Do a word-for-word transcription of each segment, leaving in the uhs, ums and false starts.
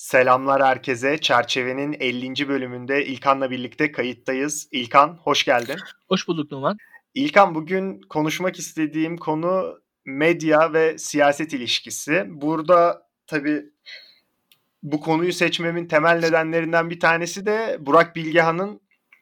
Selamlar herkese. Çerçevenin ellinci bölümünde İlkan'la birlikte kayıttayız. İlkan, hoş geldin. Hoş bulduk Numan. İlkan, bugün konuşmak istediğim konu medya ve siyaset ilişkisi. Burada tabii bu konuyu seçmemin temel nedenlerinden bir tanesi de Burak Bilgehan'ın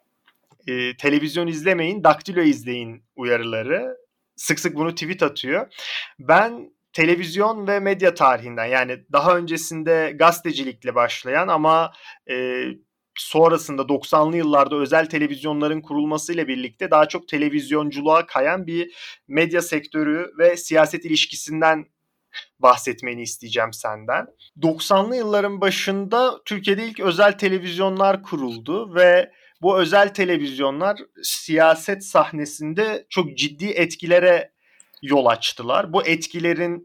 e, televizyon izlemeyin, daktilo izleyin uyarıları. Sık sık bunu tweet atıyor. Ben televizyon ve medya tarihinden, yani daha öncesinde gazetecilikle başlayan ama e, sonrasında doksanlı yıllarda özel televizyonların kurulmasıyla birlikte daha çok televizyonculuğa kayan bir medya sektörü ve siyaset ilişkisinden bahsetmeni isteyeceğim senden. doksanlı yılların başında Türkiye'de ilk özel televizyonlar kuruldu ve bu özel televizyonlar siyaset sahnesinde çok ciddi etkilere yol açtılar. Bu etkilerin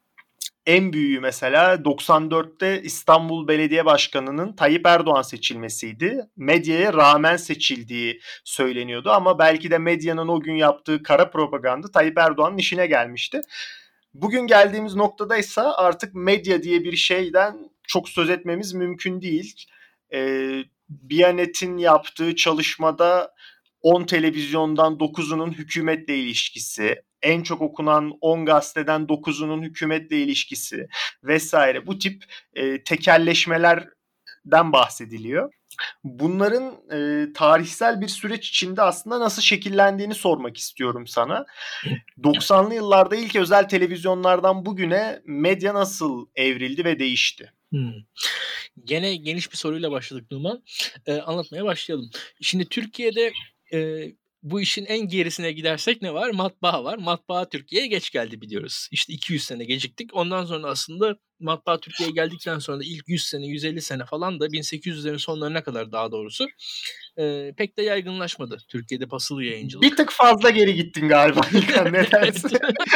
en büyüğü mesela doksan dörtte İstanbul Belediye Başkanı'nın Tayyip Erdoğan seçilmesiydi. Medyaya rağmen seçildiği söyleniyordu ama belki de medyanın o gün yaptığı kara propaganda Tayyip Erdoğan'ın işine gelmişti. Bugün geldiğimiz noktadaysa artık medya diye bir şeyden çok söz etmemiz mümkün değil. Ee, Biyanet'in yaptığı çalışmada on televizyondan dokuzunun hükümetle ilişkisi, en çok okunan on gazeteden dokuzunun hükümetle ilişkisi vesaire, bu tip e, tekelleşmelerden bahsediliyor. Bunların e, tarihsel bir süreç içinde aslında nasıl şekillendiğini sormak istiyorum sana. doksanlı yıllarda ilk özel televizyonlardan bugüne medya nasıl evrildi ve değişti? Hmm. Gene geniş bir soruyla başladık Numan. Ee, anlatmaya başlayalım. Şimdi Türkiye'de e, bu işin en gerisine gidersek ne var? Matbaa var. Matbaa Türkiye'ye geç geldi biliyoruz. İşte iki yüz sene geciktik. Ondan sonra aslında matbaa Türkiye'ye geldikten sonra da ilk yüz sene, yüz elli sene falan da bin sekiz yüzlerin sonlarına kadar daha doğrusu e, pek de yaygınlaşmadı Türkiye'de basılı yayıncılık. Bir tık fazla geri gittin galiba İlkan, ne dersin?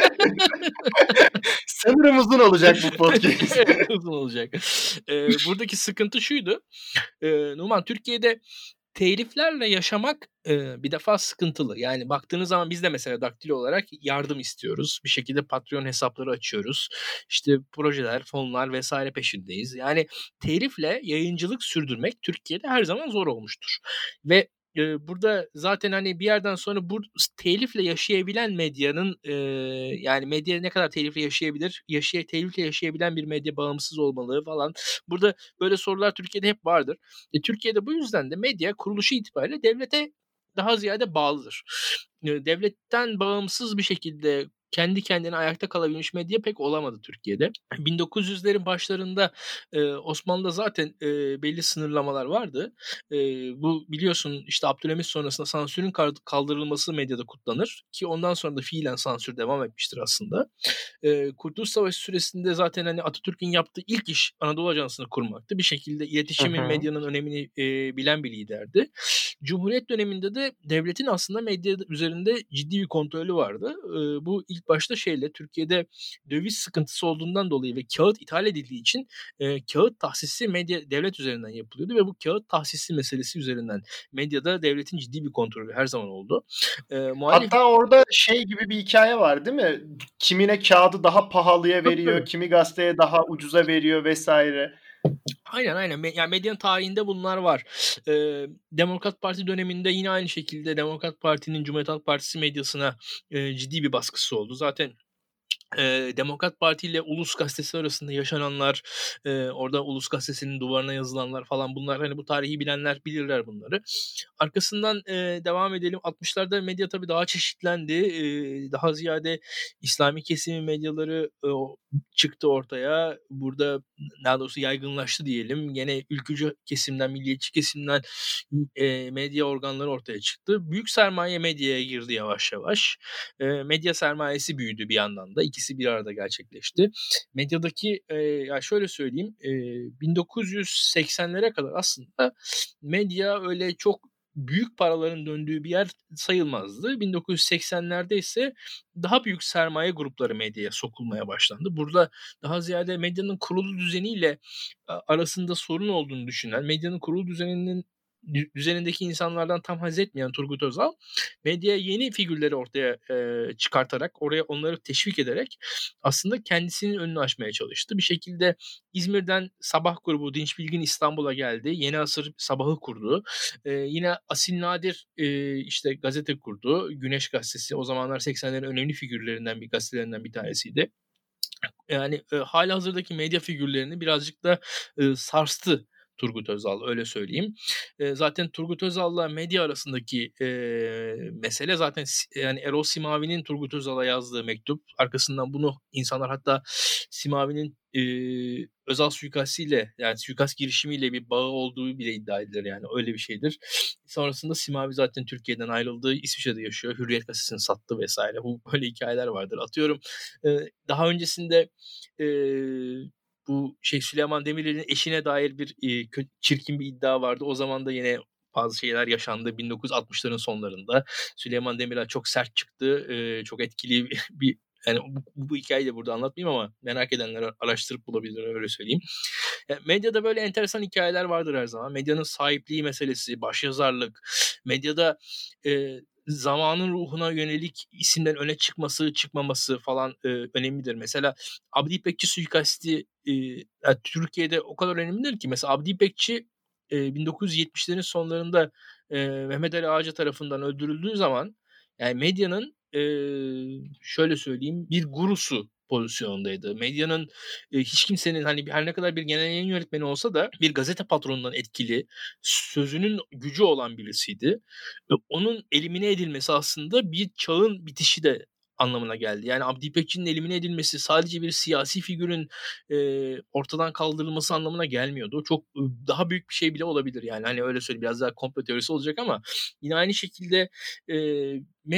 Sanırım uzun olacak bu podcast. Evet, uzun olacak. E, buradaki sıkıntı şuydu. E, Numan, Türkiye'de teliflerle yaşamak e, bir defa sıkıntılı. Yani baktığınız zaman biz de mesela daktilo olarak yardım istiyoruz. Bir şekilde Patreon hesapları açıyoruz. İşte projeler, fonlar vesaire peşindeyiz. Yani telifle yayıncılık sürdürmek Türkiye'de her zaman zor olmuştur. Ve e, burada zaten hani bir yerden sonra bu telifle yaşayabilen medyanın e, yani medya ne kadar telifle yaşayabilir? Yaşay telifle yaşayabilen bir medya bağımsız olmalı falan. Burada böyle sorular Türkiye'de hep vardır. E, Türkiye'de bu yüzden de medya kuruluşu itibariyle devlete daha ziyade bağlıdır. E, devletten bağımsız bir şekilde kendi kendine ayakta kalabilmiş medya pek olamadı Türkiye'de. bin dokuz yüzlerin başlarında e, Osmanlı'da zaten e, belli sınırlamalar vardı. E, bu biliyorsun işte Abdülhamit sonrasında sansürün kaldırılması medyada kutlanır ki ondan sonra da fiilen sansür devam etmiştir aslında. E, Kurtuluş Savaşı süresinde zaten hani Atatürk'ün yaptığı ilk iş Anadolu Ajansı'nı kurmaktı. Bir şekilde iletişimin, Hı hı. medyanın önemini e, bilen bir liderdi. Cumhuriyet döneminde de devletin aslında medya üzerinde ciddi bir kontrolü vardı. E, bu ilk başta şeyle Türkiye'de döviz sıkıntısı olduğundan dolayı ve kağıt ithal edildiği için e, kağıt tahsisi medya devlet üzerinden yapılıyordu ve bu kağıt tahsisi meselesi üzerinden medyada devletin ciddi bir kontrolü her zaman oldu. E, muhalif... Hatta orada şey gibi bir hikaye var değil mi? Kimine kağıdı daha pahalıya veriyor, Tabii. kimi gazeteye daha ucuza veriyor vesaire. Aynen aynen. Yani medyanın tarihinde bunlar var. Ee, Demokrat Parti döneminde yine aynı şekilde Demokrat Parti'nin Cumhuriyet Halk Partisi medyasına e, ciddi bir baskısı oldu. Zaten e, Demokrat Parti ile Ulus Gazetesi arasında yaşananlar, e, orada Ulus Gazetesi'nin duvarına yazılanlar falan, bunlar hani bu tarihi bilenler bilirler bunları. Arkasından e, devam edelim. altmışlarda medya tabii daha çeşitlendi. E, daha ziyade İslami kesimin medyaları e, çıktı ortaya. Burada daha doğrusu yaygınlaştı diyelim. Gene ülkücü kesimden, milliyetçi kesimden e, medya organları ortaya çıktı. Büyük sermaye medyaya girdi yavaş yavaş. E, medya sermayesi büyüdü bir yandan da. İkisi bir arada gerçekleşti. Medyadaki e, ya şöyle söyleyeyim, e, bin dokuz yüz seksenlere kadar aslında medya öyle çok büyük paraların döndüğü bir yer sayılmazdı. bin dokuz yüz seksenlerde ise daha büyük sermaye grupları medyaya sokulmaya başlandı. Burada daha ziyade medyanın kurulu düzeniyle arasında sorun olduğunu düşünen, medyanın kurulu düzeninin dü düzenindeki insanlardan tam haz etmeyen Turgut Özal, medyaya yeni figürleri ortaya, eee, çıkartarak, oraya onları teşvik ederek aslında kendisinin önünü açmaya çalıştı. Bir şekilde İzmir'den Sabah grubu, Dinç Bilgin İstanbul'a geldi. Yeni Asır Sabah'ı kurdu. Eee, yine Asil Nadir, eee, işte gazete kurdu. Güneş Gazetesi o zamanlar seksenlerin önemli figürlerinden bir gazetelerinden bir tanesiydi. Yani, eee, hâlihazırdaki medya figürlerini birazcık da, ııı, sarstı Turgut Özal, öyle söyleyeyim. Eee, zaten Turgut Özal'la medya arasındaki, eee, mesele zaten s yani Erol Simavi'nin Turgut Özal'a yazdığı mektup. Arkasından bunu insanlar hatta Simavi'nin, eee, Özal suikastiyle, yani suikast girişimiyle bir bağı olduğu bile iddia edilir, yani öyle bir şeydir. Sonrasında Simavi zaten Türkiye'den ayrıldı, İsviçre'de yaşıyor, Hürriyet gazetesini sattı vesaire. Bu böyle hikâyeler vardır. Atıyorum, eee, daha öncesinde, eee, bu şey Süleyman Demirel'in eşine dair bir, eee, kö çirkin bir iddia vardı. O zaman da yine bazı şeyler yaşandı bin dokuz yüz altmışların sonlarında. Süleyman Demirel çok sert çıktı. Eee, çok etkili bir yani bu bu hikâyeyi de burada anlatmayayım ama merak edenler araştırıp bulabilir, öyle söyleyeyim. Ya, medyada böyle enteresan hikâyeler vardır her zaman. Medyanın sahipliği meselesi, başyazarlık, medyada, eee, zamanın ruhuna yönelik isimlerin öne çıkması, çıkmaması falan, eee, önemlidir. Mesela Abdi İpekçi suikasti, eee, ya Türkiye'de o kadar önemlidir ki mesela Abdi İpekçi, eee, bin dokuz yüz yetmişlerin sonlarında, eee, Mehmet Ali Ağca tarafından öldürüldüğü zaman, yani medyanın, eee, şöyle söyleyeyim, bir gurusu pozisyonundaydı. Medyanın, eee, hiç kimsenin, hani, her ne kadar bir genel yayın yönetmeni olsa da bir gazete patronundan etkili, sözünün gücü olan birisiydi ve onun elimine edilmesi aslında bir çağın bitişi de anlamına geldi. Yani Abdi İpekçi'nin elimine edilmesi sadece bir siyasi figürün, eee, ortadan kaldırılması anlamına gelmiyordu. O çok, ııı, daha büyük bir şey bile olabilir yani. Hani, öyle söyleyeyim, biraz daha komplo teorisi olacak ama yine aynı şekilde, eee,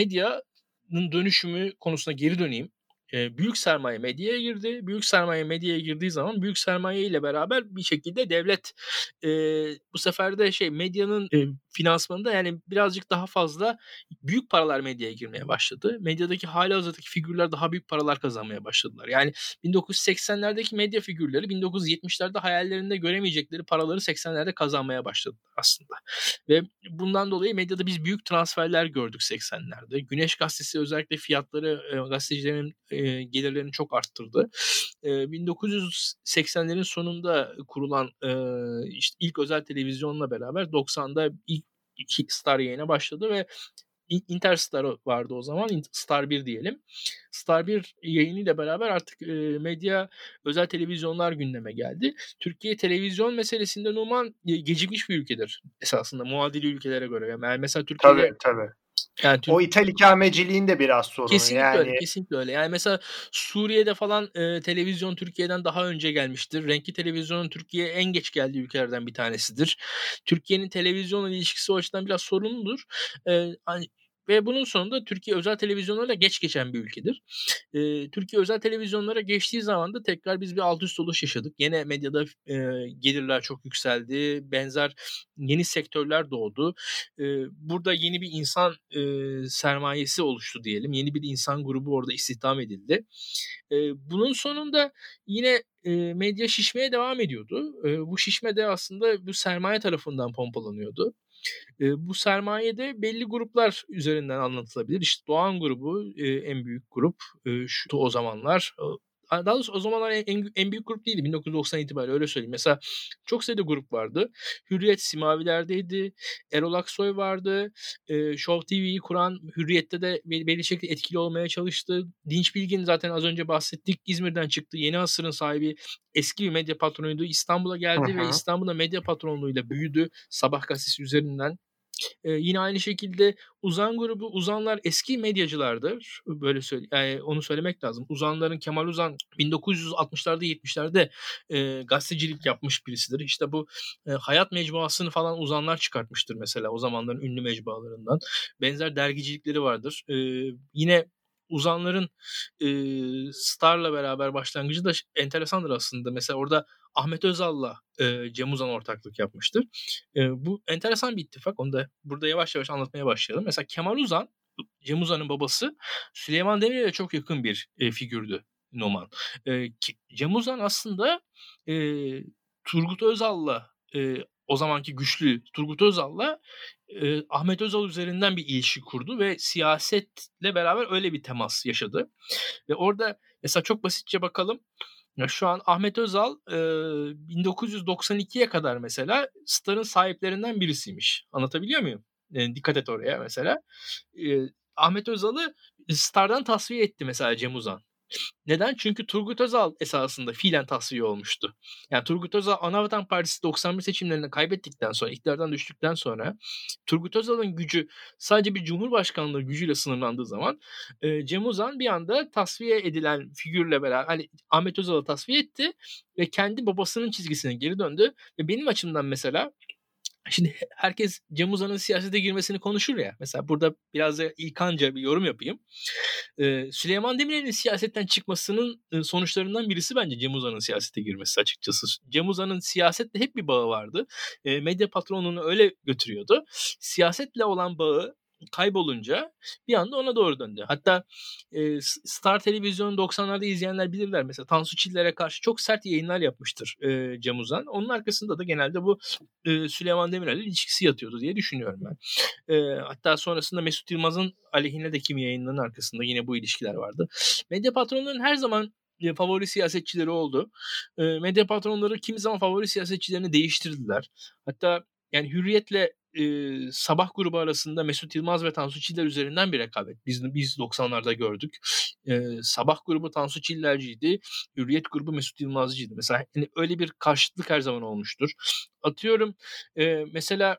medyanın dönüşümü konusuna geri döneyim. Eee, büyük sermaye medyaya girdi. Büyük sermaye medyaya girdiği zaman büyük sermaye ile beraber bir şekilde devlet, eee, bu sefer de şey medyanın, eee, finansmanında yani birazcık daha fazla büyük paralar medyaya girmeye başladı. Medyadaki hâlihazırdaki figürler daha büyük paralar kazanmaya başladılar. Yani bin dokuz yüz seksenlerdeki medya figürleri bin dokuz yüz yetmişlerde hayallerinde göremeyecekleri paraları seksenlerde kazanmaya başladılar aslında ve bundan dolayı medyada biz büyük transferler gördük seksenlerde. Güneş Gazetesi özellikle fiyatları, eee, gazetecilerin, eee, gelirlerini çok arttırdı. Eee, bin dokuz yüz seksenlerin sonunda kurulan, eee, işte, ilk özel televizyonla beraber doksanda ilk iki Star yayına başladı ve İ Interstar vardı o zaman. İnt Star bir diyelim. Star bir yayınıyla beraber artık, eee, medya, özel televizyonlar gündeme geldi. Türkiye televizyon meselesinde Numan, eee, gecikmiş bir ülkedir esasında muadili ülkelere göre. Yani mesela Tabii, Türkiye'de tabii. yani Türk O ithal ikameciliğin de biraz sorunu. Kesinlikle öyle, Yani kesinlikle öyle. Yani mesela Suriye'de falan, eee, televizyon Türkiye'den daha önce gelmiştir. Renkli televizyonun Türkiye'ye en geç geldiği ülkelerden bir tanesidir. Türkiye'nin televizyonla ilişkisi o açıdan biraz sorunludur. Eee, hani ve bunun sonunda Türkiye özel televizyonlarla geç geçen bir ülkedir. Eee, Türkiye özel televizyonlara geçtiği zaman da tekrar biz bir alt üst oluş yaşadık. Gene medyada, eee, gelirler çok yükseldi. Benzer yeni sektörler doğdu. Eee, burada yeni bir insan, eee, sermayesi oluştu diyelim. Yeni bir insan grubu orada istihdam edildi. Eee, bunun sonunda yine, eee, medya şişmeye devam ediyordu. Eee, bu şişme de aslında bu sermaye tarafından pompalanıyordu. Eee, bu sermaye de belli gruplar üzerinden anlatılabilir. İşte Doğan grubu, eee, en büyük grup, eee, şu o zamanlar. Iıı, daha doğrusu o zamanlar en en en büyük grup değildi bin dokuz yüz doksan itibariyle öyle söyleyeyim. Mesela çok sayıda grup vardı. Hürriyet Simaviler'deydi. Erol Aksoy vardı. Eee, Show T V'yi kuran Hürriyet'te de be belli şekilde etkili olmaya çalıştı. Dinç Bilgin zaten az önce bahsettik. İzmir'den çıktı. Yeni Asır'ın sahibi eski bir medya patronuydu. İstanbul'a Hı geldi ve hı. İstanbul'da medya patronluğuyla büyüdü. Sabah gazetesi üzerinden. Eee, yine aynı şekilde Uzan grubu, Uzanlar eski medyacılardır. Böyle söyle eee, onu söylemek lazım. Uzanların Kemal Uzan bin dokuz yüz altmışlarda yetmişlerde eee, gazetecilik yapmış birisidir. İşte bu, eee, Hayat mecmuasını falan Uzanlar çıkartmıştır mesela o zamanların ünlü mecmualarından. Benzer dergicilikleri vardır. Eee, yine Uzanların, eee, Star'la beraber başlangıcı da ş enteresandır aslında. Mesela orada Ahmet Özal'la, eee, Cem Uzan ortaklık yapmıştır. Eee, bu enteresan bir ittifak. Onu da burada yavaş yavaş anlatmaya başlayalım. Mesela Kemal Uzan, Cem Uzan'ın babası Süleyman Demirel'e çok yakın bir, eee, figürdü Numan. Eee, ki Cem Uzan aslında, eee, Turgut Özal'la, eee o zamanki güçlü Turgut Özal'la e, Ahmet Özal üzerinden bir ilişki kurdu ve siyasetle beraber öyle bir temas yaşadı. Ve orada mesela çok basitçe bakalım. Ya şu an Ahmet Özal e, bin dokuz yüz doksan ikiye kadar mesela Star'ın sahiplerinden birisiymiş. Anlatabiliyor muyum? E, dikkat et oraya mesela. E, Ahmet Özal'ı Star'dan tasfiye etti mesela Cem Uzan. Neden? Çünkü Turgut Özal esasında fiilen tasfiye olmuştu. Yani Turgut Özal Anavatan Partisi doksan bir seçimlerini kaybettikten sonra, iktidardan düştükten sonra Turgut Özal'ın gücü sadece bir cumhurbaşkanlığı gücüyle sınırlandığı zaman e, Cem Uzan bir anda tasfiye edilen figürle beraber hani Ahmet Özal'ı tasfiye etti ve kendi babasının çizgisine geri döndü ve benim açımdan mesela şimdi herkes Cem Uzan'ın siyasete girmesini konuşur ya. Mesela burada biraz da İlkanca bir yorum yapayım. Ee, Süleyman Demirel'in siyasetten çıkmasının e, sonuçlarından birisi bence Cem Uzan'ın siyasete girmesi açıkçası. Cem Uzan'ın siyasetle hep bir bağı vardı. E, medya patronunu öyle götürüyordu. Siyasetle olan bağı kaybolunca bir anda ona doğru döndü. Hatta e, Star Televizyonu doksanlarda izleyenler bilirler. Mesela Tansu Çiller'e karşı çok sert yayınlar yapmıştır e, Cem Uzan. Onun arkasında da genelde bu e, Süleyman Demirel'le ilişkisi yatıyordu diye düşünüyorum ben. E, hatta sonrasında Mesut Yılmaz'ın aleyhine de kimi yayınlarının arkasında yine bu ilişkiler vardı. Medya patronlarının her zaman e, favori siyasetçileri oldu. E, medya patronları kimi zaman favori siyasetçilerini değiştirdiler. Hatta yani Hürriyet'le e, Sabah grubu arasında Mesut Yılmaz ve Tansu Çiller üzerinden bir rekabet. Biz biz doksanlarda gördük. E, Sabah grubu Tansu Çillerciydi. Hürriyet grubu Mesut Yılmazcıydı. Mesela hani öyle bir karşıtlık her zaman olmuştur. Atıyorum e, mesela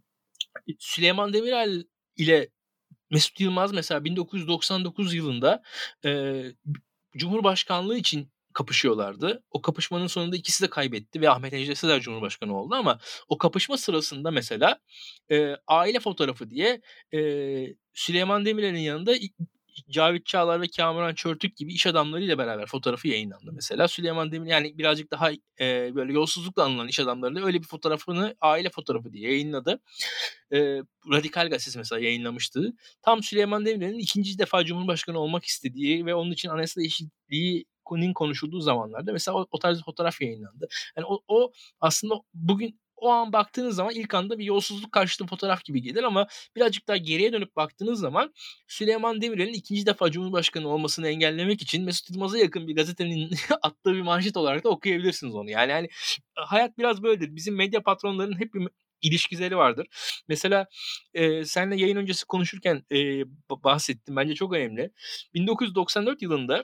Süleyman Demirel ile Mesut Yılmaz mesela bin dokuz yüz doksan dokuz yılında e, Cumhurbaşkanlığı için kapışıyorlardı. O kapışmanın sonunda ikisi de kaybetti ve Ahmet Necdet Sezer Cumhurbaşkanı oldu ama o kapışma sırasında mesela e, aile fotoğrafı diye e, Süleyman Demirel'in yanında Cavit Çağlar ve Kamuran Çörtük gibi iş adamlarıyla beraber fotoğrafı yayınlandı mesela. Süleyman Demirel yani birazcık daha e, böyle yolsuzlukla anılan iş adamlarıyla öyle bir fotoğrafını aile fotoğrafı diye yayınladı. E, Radikal Gazetesi mesela yayınlamıştı. Tam Süleyman Demirel'in ikinci defa Cumhurbaşkanı olmak istediği ve onun için anayasa değişikliği konuşulduğu zamanlarda mesela o, o tarz bir fotoğraf yayınlandı. Yani o, o aslında bugün o an baktığınız zaman ilk anda bir yolsuzluk karşıtı fotoğraf gibi gelir ama birazcık daha geriye dönüp baktığınız zaman Süleyman Demirel'in ikinci defa Cumhurbaşkanı olmasını engellemek için Mesut Yılmaz'a yakın bir gazetenin attığı bir manşet olarak da okuyabilirsiniz onu. Yani hani hayat biraz böyledir. Bizim medya patronlarının hep bir ilişkileri vardır. Mesela e, seninle yayın öncesi konuşurken e, bahsettim. Bence çok önemli. bin dokuz yüz doksan dört yılında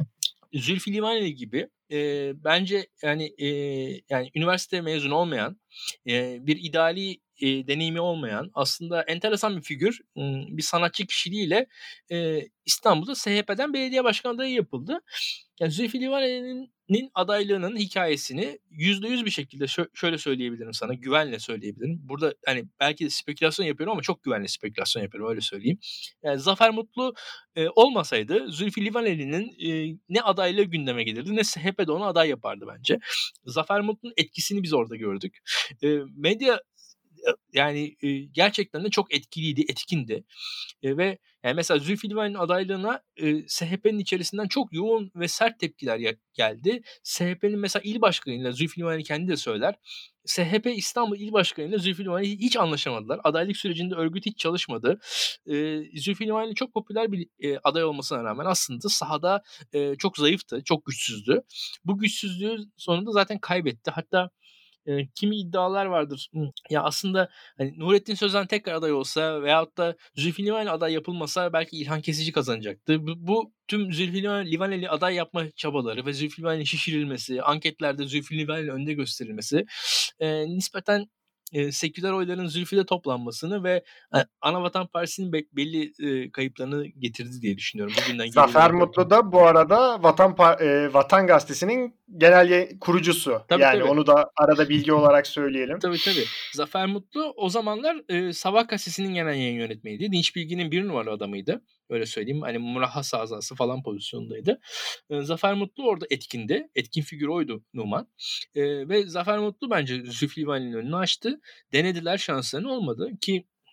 Zülfü Livaneli gibi e, bence yani e, yani üniversite mezunu olmayan e, bir ideali e, deneyimi olmayan aslında enteresan bir figür bir sanatçı kişiliğiyle e, İstanbul'da S H P'den belediye başkan adayı yapıldı. Yani Zülfü Livaneli'nin adaylığının hikayesini yüzde yüz bir şekilde şö- şöyle söyleyebilirim sana, güvenle söyleyebilirim. Burada hani belki de spekülasyon yapıyorum ama çok güvenli spekülasyon yapıyorum, öyle söyleyeyim. Yani Zafer Mutlu e, olmasaydı Zülfü Livaneli'nin e, ne adaylığı gündeme gelirdi ne S H P de onu aday yapardı bence. Zafer Mutlu'nun etkisini biz orada gördük. E, medya yani e, gerçekten de çok etkiliydi, etkindi. E, ve yani mesela Zülfü Livaneli'nin adaylığına e, S H P'nin içerisinden çok yoğun ve sert tepkiler ya- geldi. S H P'nin mesela il başkanıyla Zülfü Livaneli kendi de söyler. S H P İstanbul İl Başkanı'yla Zülfü Livaneli hiç anlaşamadılar. Adaylık sürecinde örgüt hiç çalışmadı. E, Zülfü Livaneli çok popüler bir e, aday olmasına rağmen aslında sahada e, çok zayıftı, çok güçsüzdü. Bu güçsüzlüğü sonunda zaten kaybetti. Hatta e, kimi iddialar vardır. Hı. Ya aslında hani Nurettin Sözen tekrar aday olsa veyahut da Zülfü Livaneli aday yapılmasa belki İlhan Kesici kazanacaktı. Bu, bu tüm Zülfü Livaneli aday yapma çabaları ve Zülfü Livaneli şişirilmesi, anketlerde Zülfü Livaneli önde gösterilmesi e, nispeten e, seküler oyların Zülfü'de toplanmasını ve e, Anavatan Partisi'nin be- belli e, kayıplarını getirdi diye düşünüyorum. Bugünden Zafer Mutlu da bu arada Vatan e, Vatan Gazetesi'nin genel yay- kurucusu. Tabii, yani tabii. onu da arada bilgi olarak söyleyelim. Tabii tabii. Zafer Mutlu o zamanlar e, Sabah gazetesinin genel yayın yönetmeniydi. Dinç Bilgi'nin bir numaralı adamıydı. Öyle söyleyeyim. Hani murahhas azası falan pozisyondaydı. E, Zafer Mutlu orada etkindi. Etkin figür oydu Numan. E, ve Zafer Mutlu bence Zülfü Livaneli'nin önünü açtı. Denediler, şanslarını olmadı ki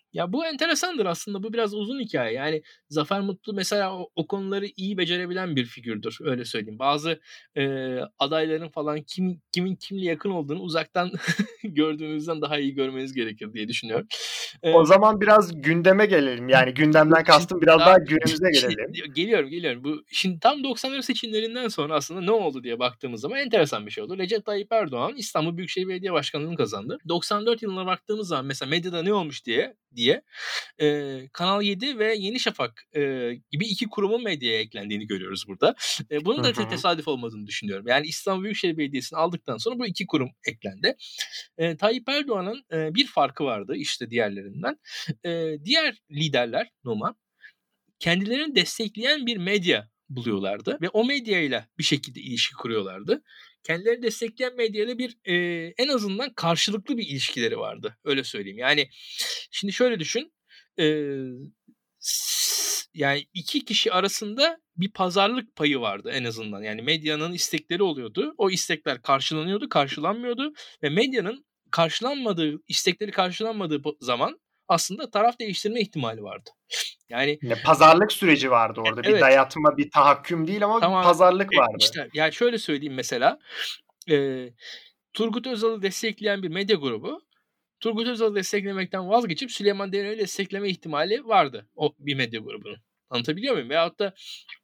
Ya bu enteresandır aslında. Bu biraz uzun hikaye. Yani Zafer Mutlu mesela o, o konuları iyi becerebilen bir figürdür. Öyle söyleyeyim. Bazı e, adayların falan kim, kimin kimle yakın olduğunu uzaktan gördüğünüzden daha iyi görmeniz gerekir diye düşünüyorum. E, O zaman biraz gündeme gelelim. Yani gündemden Şimdi kastım biraz daha daha günümüze gelelim. geliyorum geliyorum. Bu şimdi tam doksanlar seçimlerinden sonra aslında ne oldu diye baktığımız zaman enteresan bir şey oldu. Recep Tayyip Erdoğan İstanbul Büyükşehir Belediye Başkanlığı'nı kazandı. doksan dört yılına baktığımız zaman mesela medyada ne olmuş diye diye e, Kanal yedi ve Yeni Şafak e, gibi iki kurumun medyaya eklendiğini görüyoruz burada. E, bunun Hı da hı. tesadüf olmadığını düşünüyorum. Yani İstanbul Büyükşehir Belediyesi'ni aldıktan sonra bu iki kurum eklendi. E, Tayyip Erdoğan'ın e, bir farkı vardı işte diğerlerinden. E, diğer liderler Numan kendilerini destekleyen bir medya buluyorlardı ve o medyayla bir şekilde ilişki kuruyorlardı. Kendilerini destekleyen medyayla bir e, en azından karşılıklı bir ilişkileri vardı. Öyle söyleyeyim. Yani şimdi şöyle düşün. E, yani iki kişi arasında bir pazarlık payı vardı en azından. Yani medyanın istekleri oluyordu. O istekler karşılanıyordu, karşılanmıyordu ve medyanın karşılanmadığı, istekleri karşılanmadığı zaman aslında taraf değiştirme ihtimali vardı. Yani Ne pazarlık süreci vardı e, orada. Bir evet dayatma, bir tahakküm değil ama bir tamamen pazarlık e, vardı. işte yani şöyle söyleyeyim mesela e, Turgut Özal'ı destekleyen bir medya grubu Turgut Özal'ı desteklemekten vazgeçip Süleyman Demirel'i destekleme ihtimali vardı o bir medya grubunun. Anlatabiliyor muyum? Veyahut da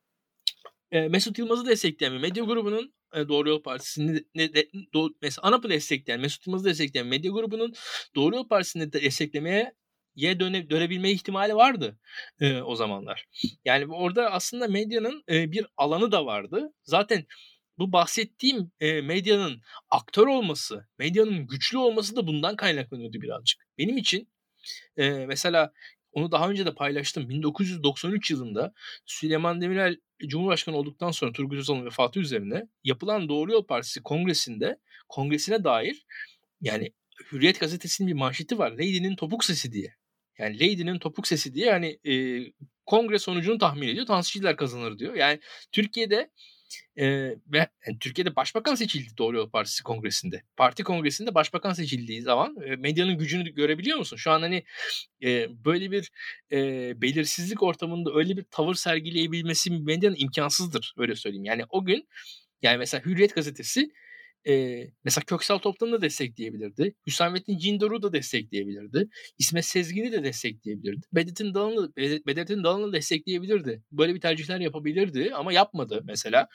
e, Mesut Yılmaz'ı destekleyen bir medya grubunun e, Doğru Yol Partisi'ni ne, de, do, mesela ANAP'ı destekleyen, Mesut Yılmaz'ı destekleyen medya grubunun Doğru Yol Partisi'ni de desteklemeye ye döne, dönebilme ihtimali vardı e, o zamanlar. Yani orada aslında medyanın e, bir alanı da vardı. Zaten bu bahsettiğim e, medyanın aktör olması, medyanın güçlü olması da bundan kaynaklanıyordu birazcık. Benim için e, mesela onu daha önce de paylaştım. bin dokuz yüz doksan üç yılında Süleyman Demirel Cumhurbaşkanı olduktan sonra Turgut Özal'ın vefatı üzerine yapılan Doğru Yol Partisi kongresinde kongresine dair yani Hürriyet gazetesinin bir manşeti var. Lady'nin topuk sesi diye. Yani Lady'nin topuk sesi diye hani e, kongre sonucunu tahmin ediyor. Tansiyeciler kazanır diyor. Yani Türkiye'de e, ve yani Türkiye'de başbakan seçildi Doğru Yol Partisi kongresinde. Parti kongresinde başbakan seçildiği zaman e, medyanın gücünü görebiliyor musun? Şu an hani e, böyle bir e, belirsizlik ortamında öyle bir tavır sergileyebilmesi medyanın imkansızdır. Öyle söyleyeyim. Yani o gün yani mesela Hürriyet gazetesi e, mesela Köksal Toplan'ı da destekleyebilirdi. Hüsamettin Cindor'u da destekleyebilirdi. İsmet Sezgin'i de destekleyebilirdi. Bedrettin Dalan'ı, Bedrettin Dalan'ı destekleyebilirdi. Böyle bir tercihler yapabilirdi ama yapmadı mesela.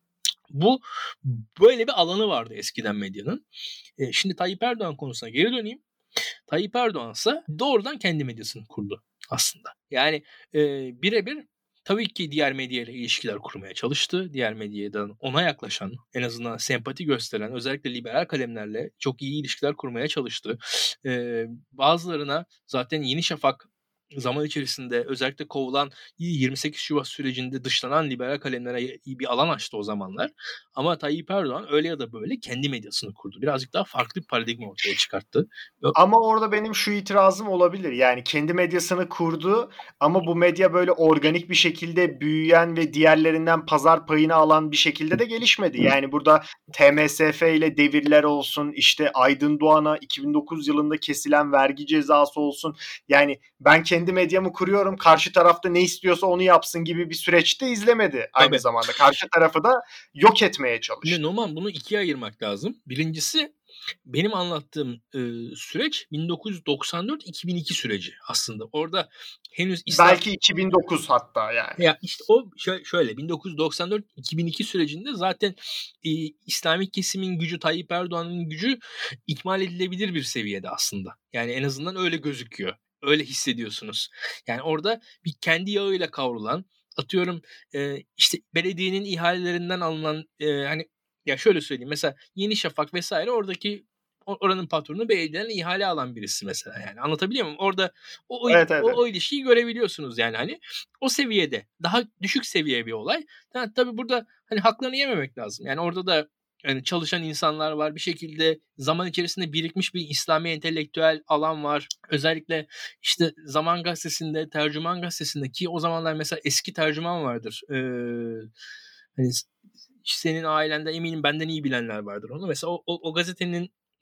Bu böyle bir alanı vardı eskiden medyanın. E, şimdi Tayyip Erdoğan konusuna geri döneyim. Tayyip Erdoğan ise doğrudan kendi medyasını kurdu aslında. Yani e, birebir tabii ki diğer medyayla ilişkiler kurmaya çalıştı. Diğer medyadan ona yaklaşan, en azından sempati gösteren, özellikle liberal kalemlerle çok iyi ilişkiler kurmaya çalıştı. E, bazılarına zaten Yeni Şafak zaman içerisinde özellikle kovulan yirmi sekiz Şubat sürecinde dışlanan liberal kalemlere bir alan açtı o zamanlar. Ama Tayyip Erdoğan öyle ya da böyle kendi medyasını kurdu. Birazcık daha farklı bir paradigma ortaya çıkarttı. Ama orada benim şu itirazım olabilir. Yani kendi medyasını kurdu ama bu medya böyle organik bir şekilde büyüyen ve diğerlerinden pazar payını alan bir şekilde de gelişmedi. Yani burada T M S F ile devirler olsun, işte Aydın Doğan'a iki bin dokuz yılında kesilen vergi cezası olsun. Yani ben kendi medyamı kuruyorum, karşı tarafta ne istiyorsa onu yapsın gibi bir süreçte izlemedi aynı Tabii. zamanda. Karşı tarafı da yok etmeye çalıştı. Şimdi Numan bunu ikiye ayırmak lazım. Birincisi benim anlattığım e, süreç bin dokuz yüz doksan dört iki bin iki süreci aslında. Orada henüz İslam... Belki iki bin dokuz hatta yani. Ya işte o şöyle, şöyle bin dokuz yüz doksan dört iki bin iki sürecinde zaten e, İslami kesimin gücü, Tayyip Erdoğan'ın gücü ikmal edilebilir bir seviyede aslında. Yani en azından öyle gözüküyor. Öyle hissediyorsunuz. Yani orada bir kendi yağıyla kavrulan, atıyorum e, işte belediyenin ihalelerinden alınan e, hani ya şöyle söyleyeyim mesela Yeni Şafak vesaire oradaki oranın patronu belediyeden ihale alan birisi mesela yani anlatabiliyor muyum? Orada o, o, Evet, evet. o, o ilişkiyi görebiliyorsunuz yani hani o seviyede daha düşük seviye bir olay. Yani tabii burada hani haklarını yememek lazım. Yani orada da yani çalışan insanlar var. Bir şekilde zaman içerisinde birikmiş bir İslami entelektüel alan var. Özellikle işte Zaman Gazetesi'nde, Tercüman Gazetesi'nde ki o zamanlar mesela eski tercüman vardır. Ee, hani senin ailende eminim benden iyi bilenler vardır onu. Mesela o, o, o gazetenin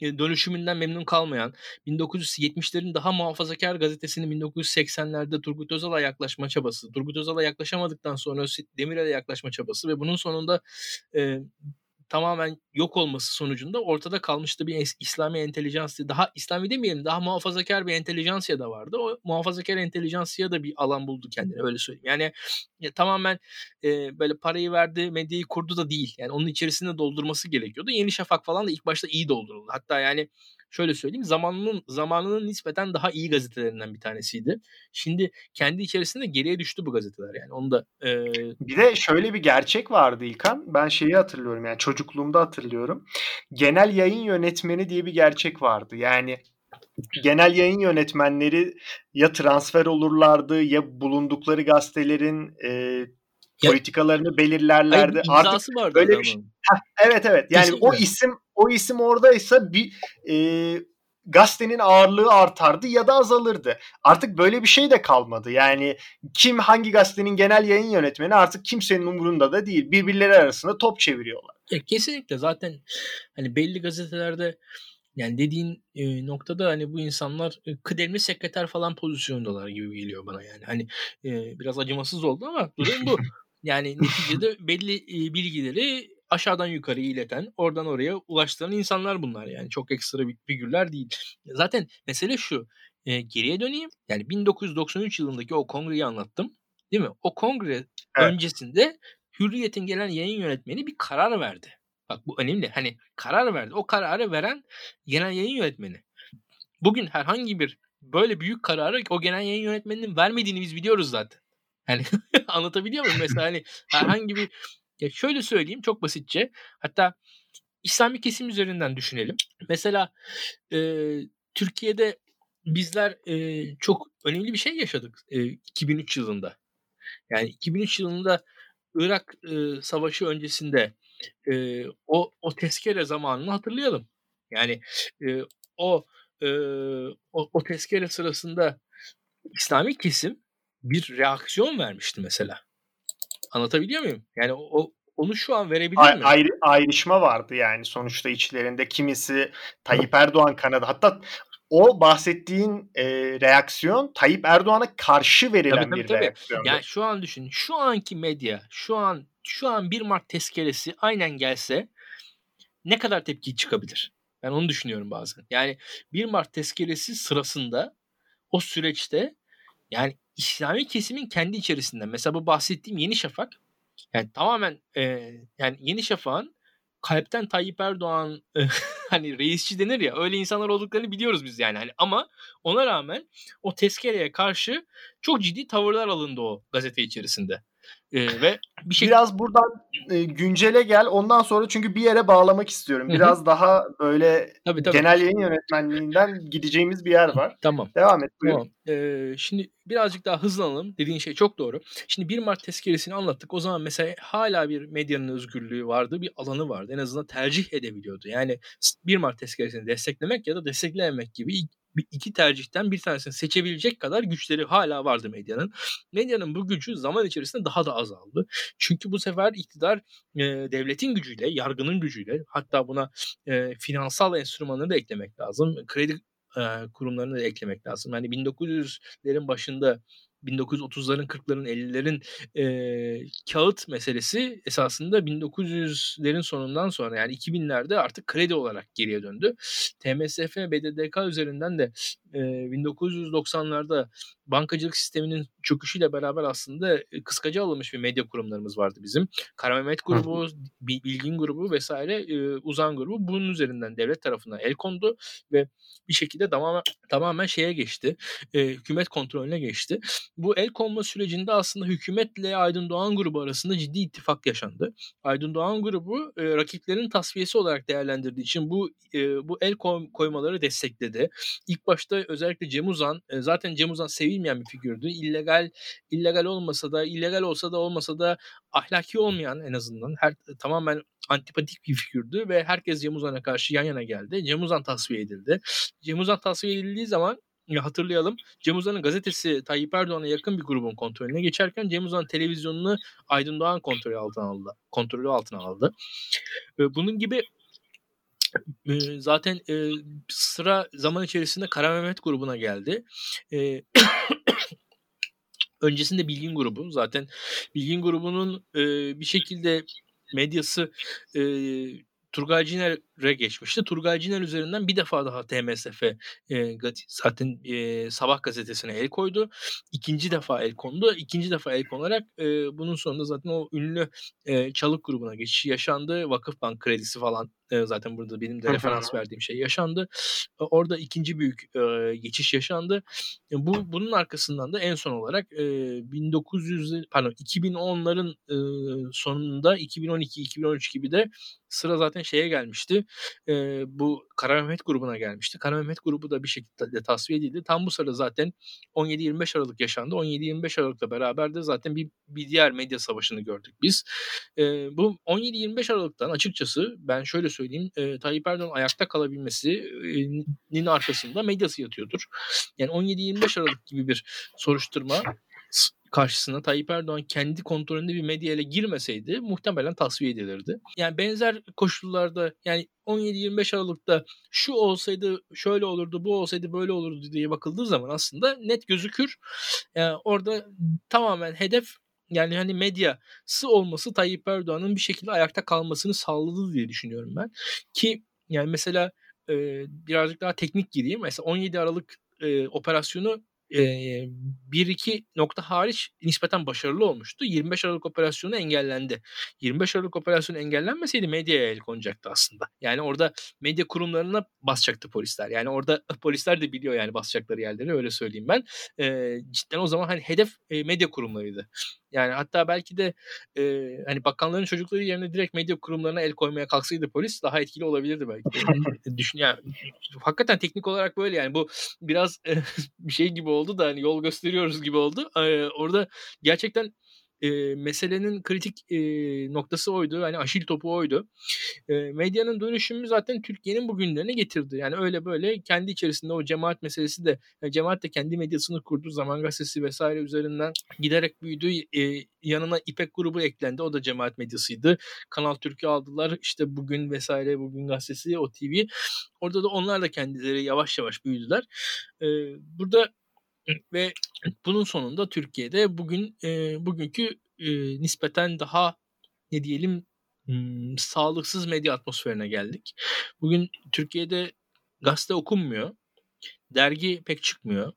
dönüşümünden memnun kalmayan, bin dokuz yüz yetmişlerin daha muhafazakar gazetesinin bin dokuz yüz seksenlerde Turgut Özal'a yaklaşma çabası, Turgut Özal'a yaklaşamadıktan sonra Demirel'e yaklaşma çabası ve bunun sonunda e, tamamen yok olması sonucunda ortada kalmıştı bir İslami entelijansiya. Daha İslami demeyelim, daha muhafazakar bir entelijansiya da vardı. O muhafazakar entelijansiya da bir alan buldu kendine, öyle söyleyeyim. Yani ya, tamamen e, böyle parayı verdi, medyayı kurdu da değil. Yani onun içerisinde doldurması gerekiyordu. Yeni Şafak falan da ilk başta iyi dolduruldu. Hatta yani şöyle söyleyeyim, zamanının zamanının nispeten daha iyi gazetelerinden bir tanesiydi. Şimdi kendi içerisinde geriye düştü bu gazeteler, yani onu da e... Bir de şöyle bir gerçek vardı İlkan. Ben şeyi hatırlıyorum, yani çocukluğumda hatırlıyorum. Genel yayın yönetmeni diye bir gerçek vardı. Yani genel yayın yönetmenleri ya transfer olurlardı ya bulundukları gazetelerin e, politikalarını belirlerlerdi. Hayır, imzası Artık vardı böyle adamın. Bir şey. Heh, evet evet. Yani Kesinlikle. o isim o isim oradaysa bir e, gazetenin ağırlığı artardı ya da azalırdı. Artık böyle bir şey de kalmadı. Yani kim hangi gazetenin genel yayın yönetmeni artık kimsenin umurunda da değil. Birbirleri arasında top çeviriyorlar. Ya kesinlikle, zaten hani belli gazetelerde, yani dediğin e, noktada hani bu insanlar e, kıdemli sekreter falan pozisyondalar gibi geliyor bana yani. Hani e, biraz acımasız oldu ama durum bu. Yani neticede belli e, bilgileri aşağıdan yukarıya ileten, oradan oraya ulaştıran insanlar bunlar yani. Çok ekstra bir figürler değil. Zaten mesele şu. E, geriye döneyim. Yani bin dokuz yüz doksan üç yılındaki o kongreyi anlattım. Değil mi? O kongre evet. öncesinde Hürriyet'in gelen yayın yönetmeni bir karar verdi. Bak bu önemli. Hani karar verdi. O kararı veren genel yayın yönetmeni. Bugün herhangi bir böyle büyük kararı o genel yayın yönetmeninin vermediğini biz biliyoruz zaten. Hani anlatabiliyor muyum? Mesela hani herhangi bir, ya şöyle söyleyeyim çok basitçe. Hatta İslami kesim üzerinden düşünelim. Mesela e, Türkiye'de bizler e, çok önemli bir şey yaşadık e, iki bin üç yılında. Yani iki bin üç yılında Irak e, Savaşı öncesinde e, o o tezkere zamanını hatırlayalım. Yani e, o, e, o o tezkere sırasında İslami kesim bir reaksiyon vermişti mesela. Anlatabiliyor muyum? Yani o onu şu an verebilir Ay, mi? ayrı, ayrışma vardı yani sonuçta içlerinde. Kimisi Tayyip Erdoğan kanadı. Hatta o bahsettiğin e, reaksiyon Tayyip Erdoğan'a karşı verilen tabii, tabii, bir tabii. reaksiyondu. Yani şu an düşün. Şu anki medya, şu an şu an bir Mart tezkeresi aynen gelse ne kadar tepki çıkabilir? Ben onu düşünüyorum bazen. Yani bir Mart tezkeresi sırasında o süreçte yani İslami kesimin kendi içerisinde mesela bu bahsettiğim Yeni Şafak, yani tamamen e, yani Yeni Şafak'ın kalpten Tayyip Erdoğan hani reisçi denir ya, öyle insanlar olduklarını biliyoruz biz yani. Hani ama ona rağmen o tezkereye karşı çok ciddi tavırlar alındı o gazete içerisinde. Ee, ve bir şey biraz buradan e, güncele gel, ondan sonra çünkü bir yere bağlamak istiyorum. Biraz Hı-hı. daha böyle tabii, tabii. genel yayın yönetmenliğinden gideceğimiz bir yer var. Tamam. Devam et. Buyur. Tamam. Ee, şimdi birazcık daha hızlanalım. Dediğin şey çok doğru. Şimdi bir Mart tezkeresini anlattık. O zaman mesela hala bir medyanın özgürlüğü vardı. Bir alanı vardı. En azından tercih edebiliyordu. Yani bir Mart tezkeresini desteklemek ya da desteklememek gibi iki tercihten bir tanesini seçebilecek kadar güçleri hala vardı medyanın. Medyanın bu gücü zaman içerisinde daha da azaldı. Çünkü bu sefer iktidar e, devletin gücüyle, yargının gücüyle, hatta buna e, finansal enstrümanları da eklemek lazım. Kredi e, kurumlarını da eklemek lazım. Yani bin dokuz yüzlerin başında, bin dokuz yüz otuzların, kırkların, ellilerin e, kağıt meselesi esasında bin dokuz yüzlerin sonundan sonra, yani iki binlerde artık kredi olarak geriye döndü. T M S F, B D D K üzerinden de e, bin dokuz yüz doksanlarda bankacılık sisteminin çöküşüyle beraber aslında kıskaca alınmış bir medya kurumlarımız vardı bizim. Kara Mehmet grubu, Bilgin grubu vesaire, e, Uzan grubu, bunun üzerinden devlet tarafından el kondu ve bir şekilde tamamen tamamen şeye geçti. E, hükümet kontrolüne geçti. Bu el konma sürecinde aslında hükümetle Aydın Doğan grubu arasında ciddi ittifak yaşandı. Aydın Doğan grubu e, rakiplerin tasfiyesi olarak değerlendirdiği için bu e, bu el koymaları destekledi. İlk başta özellikle Cem Uzan, e, zaten Cem Uzan sevilmeyen bir figürdü. İllegal illegal olmasa da, illegal olsa da olmasa da ahlaki olmayan, en azından her tamamen antipatik bir figürdü ve herkes Cem Uzan'a karşı yan yana geldi. Cem Uzan tasfiye edildi. Cem Uzan tasfiye edildiği zaman, ya hatırlayalım, Cem Uzan'ın gazetesi Tayyip Erdoğan'a yakın bir grubun kontrolüne geçerken Cem Uzan televizyonunu Aydın Doğan kontrolü altına aldı. Kontrolü altına aldı. Bunun gibi Eee, zaten, eee, sıra zaman içerisinde Kara Mehmet grubuna geldi. Eee, öncesinde Bilgin Grubu. Zaten Bilgin Grubu'nun, eee, bir şekilde medyası, eee, Turgay Ciner'e geçmişti. Turgay Ciner üzerinden bir defa daha T M S F, eee, gati zaten, eee, Sabah gazetesine el koydu. ikinci defa el kondu. ikinci defa el konarak, eee, bunun sonunda zaten o ünlü, eee, Çalık grubuna geçiş yaşandı. Vakıfbank kredisi falan, eee, zaten burada benim de Hı referans hı. verdiğim şey yaşandı. O orada ikinci büyük, eee, geçiş yaşandı. E, bu bunun arkasından da en son olarak, eee, bin dokuz yüzle pardon iki bin onların, ııı, sonunda iki bin on iki iki bin on üç gibi de sıra zaten şeye gelmişti. Eee, bu Kara Mehmet grubuna gelmişti. Kara Mehmet grubu da bir şekilde tasfiye edildi. Tam bu sırada zaten on yedi yirmi beş Aralık yaşandı. on yedi yirmi beş Aralık'la beraber de zaten bir bir diğer medya savaşını gördük biz. Eee, bu on yedi yirmi beş Aralık'tan açıkçası ben şöyle söyleyeyim, eee, Tayyip Erdoğan'ın ayakta kalabilmesi eee, nin arkasında medyası yatıyordur. Yani on yedi yirmi beş Aralık gibi bir soruşturma s karşısına Tayyip Erdoğan kendi kontrolünde bir medya ele girmeseydi muhtemelen tasfiye edilirdi. Yani benzer koşullarda yani on yedi yirmi beş Aralık'ta şu olsaydı şöyle olurdu, bu olsaydı böyle olurdu diye bakıldığı zaman aslında net gözükür. Eee, orada tamamen hedef yani, hani, medyası olması Tayyip Erdoğan'ın bir şekilde ayakta kalmasını sağladı diye düşünüyorum ben. Ki yani mesela, eee, birazcık daha teknik gireyim. Mesela on yedi Aralık, eee, operasyonu, eee, bir iki nokta hariç nispeten başarılı olmuştu. yirmi beş Aralık operasyonu engellendi. yirmi beş Aralık operasyonu engellenmeseydi medyaya el konacaktı aslında. Yani orada medya kurumlarına basacaktı polisler. Yani orada polisler de biliyor yani basacakları yerleri, öyle söyleyeyim ben. Eee, cidden o zaman, hani, hedef, eee, medya kurumlarıydı. Yani hatta belki de, eee, hani, bakanların çocukları yerine direkt medya kurumlarına el koymaya kalksaydı polis daha etkili olabilirdi belki de. Düşün ya, hakikaten teknik olarak böyle yani bu biraz, eee, bir şey gibi oldu da, hani, yol gösteriyoruz gibi oldu. Eee, orada gerçekten, eee, meselenin kritik, eee, noktası oydu. Hani, aşil topu oydu. Eee, medyanın dönüşümü zaten Türkiye'nin bugünlerine getirdi. Yani öyle böyle kendi içerisinde o cemaat meselesi de ya cemaat de kendi medyasını kurdu. Zaman Gazetesi vesaire üzerinden giderek büyüdü. Eee, yanına İpek grubu eklendi. O da cemaat medyasıydı. Kanal Türk'ü aldılar. İşte Bugün vesaire, Bugün Gazetesi, O T V. Orada da onlar da kendileri yavaş yavaş büyüdüler. Eee, burada ve bunun sonunda Türkiye'de bugün, eee, bugünkü, eee, nispeten daha ne diyelim, ımm, sağlıksız medya atmosferine geldik. Bugün Türkiye'de gazete okunmuyor, dergi pek çıkmıyor.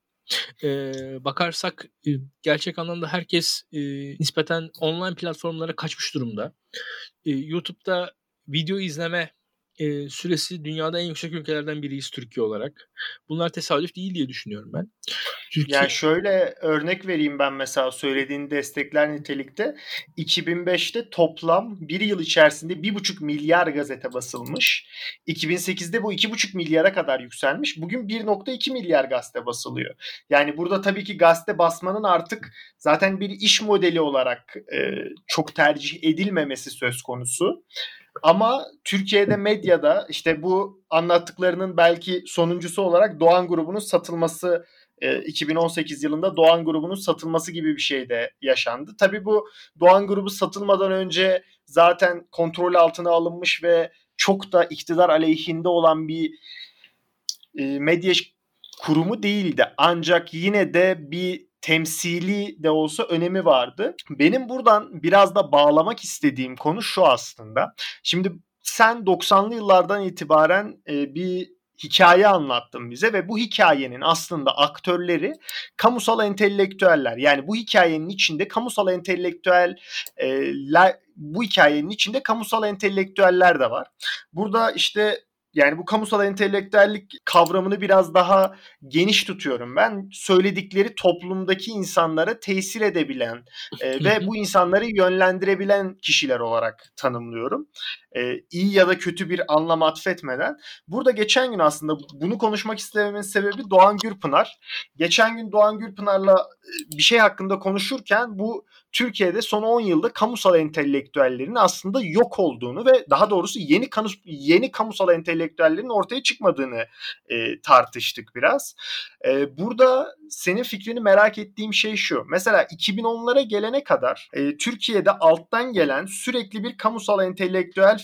Eee, bakarsak, eee, gerçek anlamda herkes, eee, nispeten online platformlara kaçmış durumda. Eee, YouTube'da video izleme, eee, süresi dünyada en yüksek ülkelerden biriyiz Türkiye olarak. Bunlar tesadüf değil diye düşünüyorum ben. Yani Türkiye şöyle örnek vereyim ben mesela söylediğin destekler nitelikte. iki bin beşte toplam bir yıl içerisinde bir buçuk milyar gazete basılmış. iki bin sekizde bu iki buçuk milyara kadar yükselmiş. Bugün bir nokta iki milyar gazete basılıyor. Yani burada tabii ki gazete basmanın artık zaten bir iş modeli olarak e, çok tercih edilmemesi söz konusu. Ama Türkiye'de medyada işte bu anlattıklarının belki sonuncusu olarak Doğan grubunun satılması, iki bin on sekiz yılında Doğan grubunun satılması gibi bir şey de yaşandı. Tabii bu Doğan grubu satılmadan önce zaten kontrol altına alınmış ve çok da iktidar aleyhinde olan bir medya kurumu değildi. Ancak yine de bir temsili de olsa önemi vardı. Benim buradan biraz da bağlamak istediğim konu şu aslında. Şimdi sen doksanlı yıllardan itibaren e, bir hikaye anlattın bize ve bu hikayenin aslında aktörleri kamusal entelektüeller. Yani bu hikayenin içinde kamusal entelektüeller bu hikayenin içinde kamusal entelektüeller de var. Burada işte yani bu kamusal entelektüellik kavramını biraz daha geniş tutuyorum ben. Söyledikleri toplumdaki insanlara tesir edebilen e, ve bu insanları yönlendirebilen kişiler olarak tanımlıyorum. E, iyi ya da kötü bir anlam atfetmeden. Burada geçen gün aslında bunu konuşmak istememin sebebi Doğan Gürpınar. Geçen gün Doğan Gürpınar'la bir şey hakkında konuşurken bu Türkiye'de son on yılda kamusal entelektüellerin aslında yok olduğunu ve daha doğrusu yeni kamu, yeni kamusal entelektüellerin ortaya çıkmadığını e, tartıştık biraz. E, burada senin fikrini merak ettiğim şey şu. Mesela iki bin onlara gelene kadar e, Türkiye'de alttan gelen sürekli bir kamusal entelektüel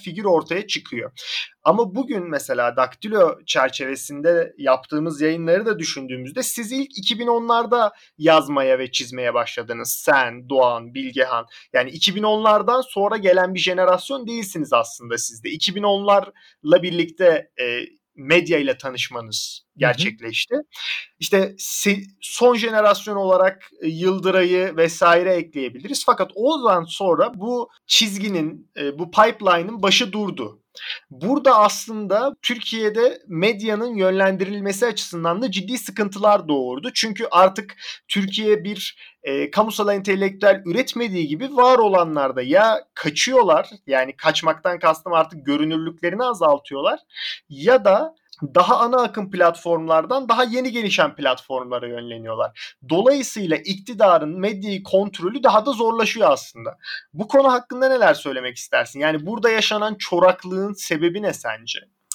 figür ortaya çıkıyor. Ama bugün mesela Daktilo çerçevesinde yaptığımız yayınları da düşündüğümüzde siz ilk iki bin onlarda yazmaya ve çizmeye başladınız. Sen, Doğan, Bilgehan. Yani iki bin onlardan sonra gelen bir jenerasyon değilsiniz aslında siz de. iki bin onlarla birlikte e, medya ile tanışmanız gerçekleşti. Hı hı. İşte son jenerasyon olarak Yıldıray'ı vesaire ekleyebiliriz. Fakat o zaman sonra bu çizginin, bu pipeline'ın başı durdu. Burada aslında Türkiye'de medyanın yönlendirilmesi açısından da ciddi sıkıntılar doğurdu. Çünkü artık Türkiye bir e, kamusal entelektüel üretmediği gibi var olanlar da ya kaçıyorlar, yani kaçmaktan kastım artık görünürlüklerini azaltıyorlar ya da daha ana akım platformlardan daha yeni gelişen platformlara yönleniyorlar. Dolayısıyla iktidarın medyayı kontrolü daha da zorlaşıyor aslında. Bu konu hakkında neler söylemek istersin? Yani burada yaşanan çoraklığın sebebi ne sence?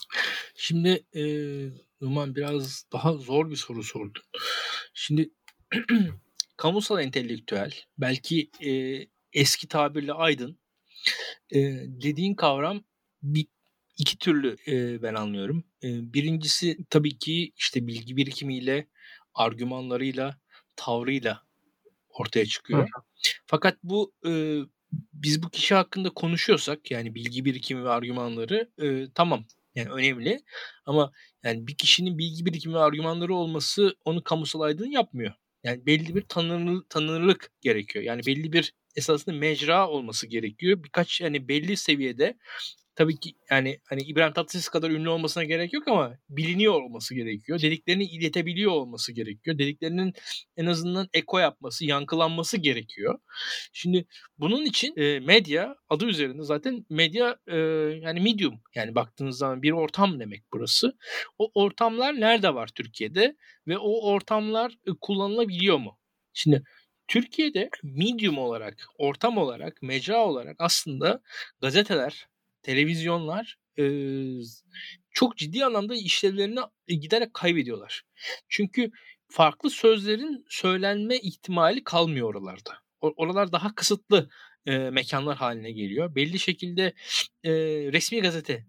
Şimdi e, Numan biraz daha zor bir soru sordu. Şimdi kamusal entelektüel, belki e, eski tabirle aydın e, dediğin kavram bir iki türlü e, ben anlıyorum. E, birincisi tabii ki işte bilgi birikimiyle, argümanlarıyla, tavrıyla ortaya çıkıyor. Hı. Fakat bu e, biz bu kişi hakkında konuşuyorsak, yani bilgi birikimi ve argümanları e, tamam, yani önemli, ama yani bir kişinin bilgi birikimi ve argümanları olması onu kamusal aydın yapmıyor. Yani belli bir tanınır, tanınırlık gerekiyor. Yani belli bir esasında mecra olması gerekiyor. Birkaç yani belli seviyede, tabii ki yani hani İbrahim Tatlıses kadar ünlü olmasına gerek yok ama biliniyor olması gerekiyor. Dediklerini iletebiliyor olması gerekiyor. Dediklerinin en azından eko yapması, yankılanması gerekiyor. Şimdi bunun için e, medya adı üzerinde zaten medya e, yani medium, yani baktığınız zaman bir ortam demek burası. O ortamlar nerede var Türkiye'de ve o ortamlar e, kullanılabiliyor mu? Şimdi Türkiye'de medium olarak, ortam olarak, mecra olarak aslında gazeteler, televizyonlar e, çok ciddi anlamda işlevlerini giderek kaybediyorlar. Çünkü farklı sözlerin söylenme ihtimali kalmıyor oralarda. Oralar daha kısıtlı e, mekanlar haline geliyor. Belli şekilde e, resmi gazete